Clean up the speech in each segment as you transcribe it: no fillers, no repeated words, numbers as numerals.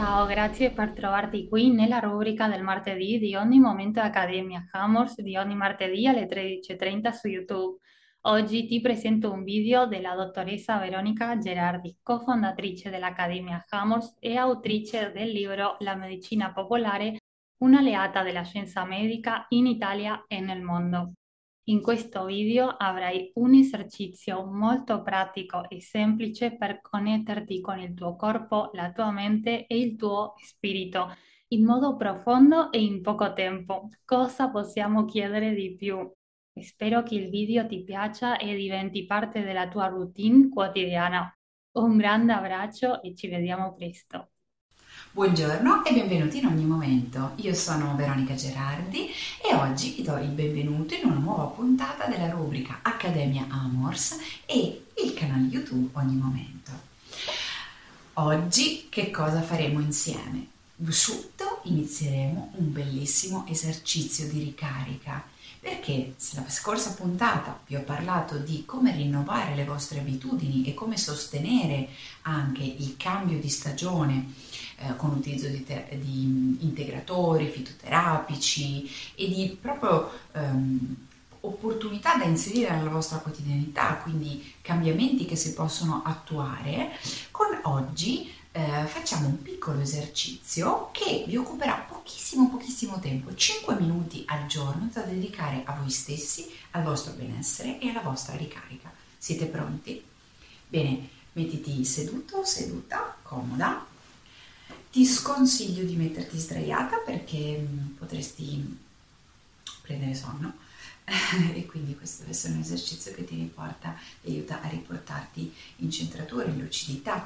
Ciao, grazie per trovarti qui nella rubrica del martedì di ogni momento Accademia Hammers di ogni martedì alle 13:30 su YouTube. Oggi ti presento un video della dottoressa Veronica Gerardi, cofondatrice dell'Accademia Hammers e autrice del libro La medicina popolare, un'alleata della scienza medica in Italia e nel mondo. In questo video avrai un esercizio molto pratico e semplice per connetterti con il tuo corpo, la tua mente e il tuo spirito in modo profondo e in poco tempo. Cosa possiamo chiedere di più? Spero che il video ti piaccia e diventi parte della tua routine quotidiana. Un grande abbraccio e ci vediamo presto. Buongiorno e benvenuti in ogni momento. Io sono Veronica Gerardi e oggi vi do il benvenuto in una nuova puntata della rubrica Accademia Amors e il canale YouTube Ogni Momento. Oggi che cosa faremo insieme? Subito inizieremo un bellissimo esercizio di ricarica perché se la scorsa puntata vi ho parlato di come rinnovare le vostre abitudini e come sostenere anche il cambio di stagione con l'utilizzo di integratori fitoterapici e di proprio opportunità da inserire nella vostra quotidianità, quindi cambiamenti che si possono attuare, con oggi facciamo un piccolo esercizio che vi occuperà pochissimo tempo, 5 minuti al giorno da dedicare a voi stessi, al vostro benessere e alla vostra ricarica. Siete pronti? Bene, mettiti seduto o seduta, comoda. Ti sconsiglio di metterti sdraiata perché potresti prendere sonno e quindi questo deve essere un esercizio che ti riporta, ti aiuta a riportarti in centratura, in lucidità.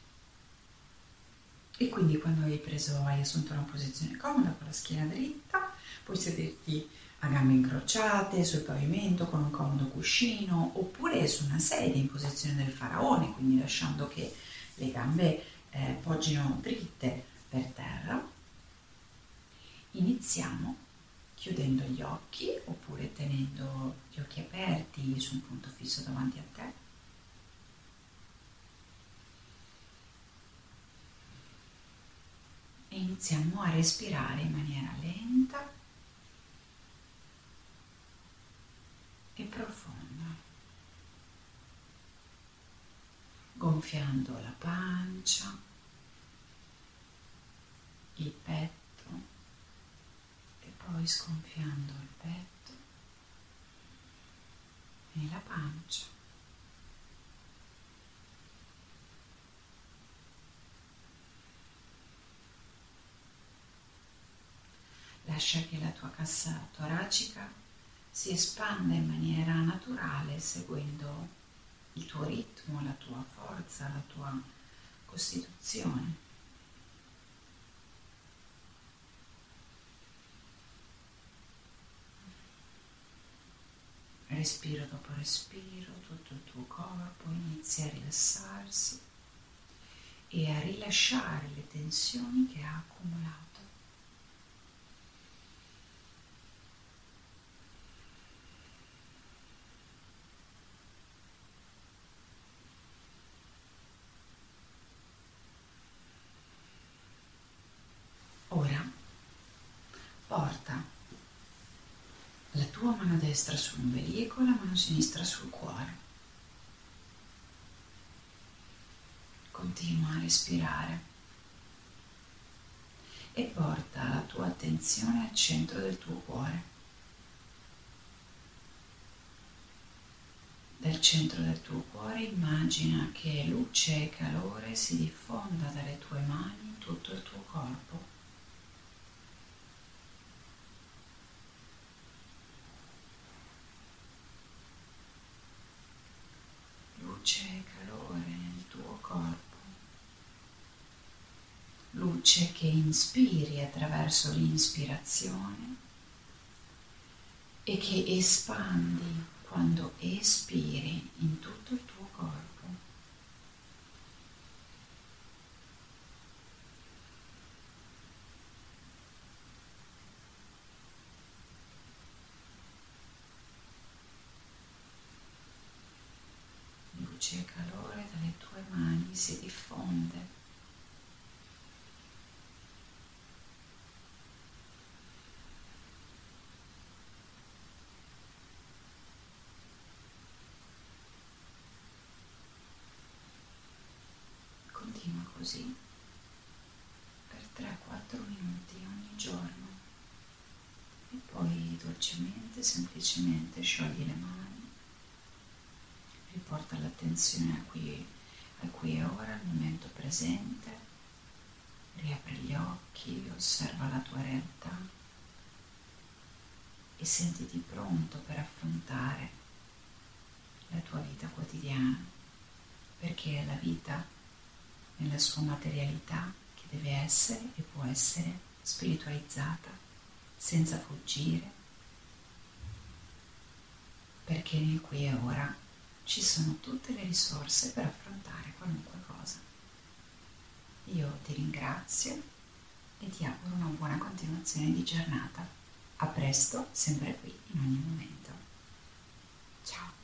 E quindi quando hai assunto una posizione comoda con la schiena dritta, puoi sederti a gambe incrociate sul pavimento con un comodo cuscino oppure su una sedia in posizione del faraone, quindi lasciando che le gambe poggino dritte per terra. Iniziamo chiudendo gli occhi oppure tenendo gli occhi aperti su un punto fisso davanti a te. E iniziamo a respirare in maniera lenta e profonda, gonfiando la pancia, il petto e poi sgonfiando il petto e la pancia. Lascia che la tua cassa toracica si espanda in maniera naturale seguendo il tuo ritmo, la tua forza, la tua costituzione. Respiro dopo respiro, tutto il tuo corpo inizia a rilassarsi e a rilasciare le tensioni che ha accumulato. Ora porta la tua mano destra sull'ombelico e la mano sinistra sul cuore. Continua a respirare e porta la tua attenzione al centro del tuo cuore. Dal centro del tuo cuore immagina che luce e calore si diffonda dalle tue mani in tutto il tuo corpo. Luce e calore nel tuo corpo. Luce che inspiri attraverso l'inspirazione e che espandi quando espiri in tutto il tuo corpo. Luce e calore dalle tue mani si diffonde continua così per 3-4 minuti ogni giorno e poi dolcemente, semplicemente sciogli le mani, riporta l'attenzione al qui e ora, al momento presente, riapri gli occhi, osserva la tua realtà e sentiti pronto per affrontare la tua vita quotidiana, perché è la vita nella sua materialità che deve essere e può essere spiritualizzata senza fuggire, perché nel qui e ora ci sono tutte le risorse per affrontare qualunque cosa. Io ti ringrazio e ti auguro una buona continuazione di giornata. A presto, sempre qui, in ogni momento. Ciao!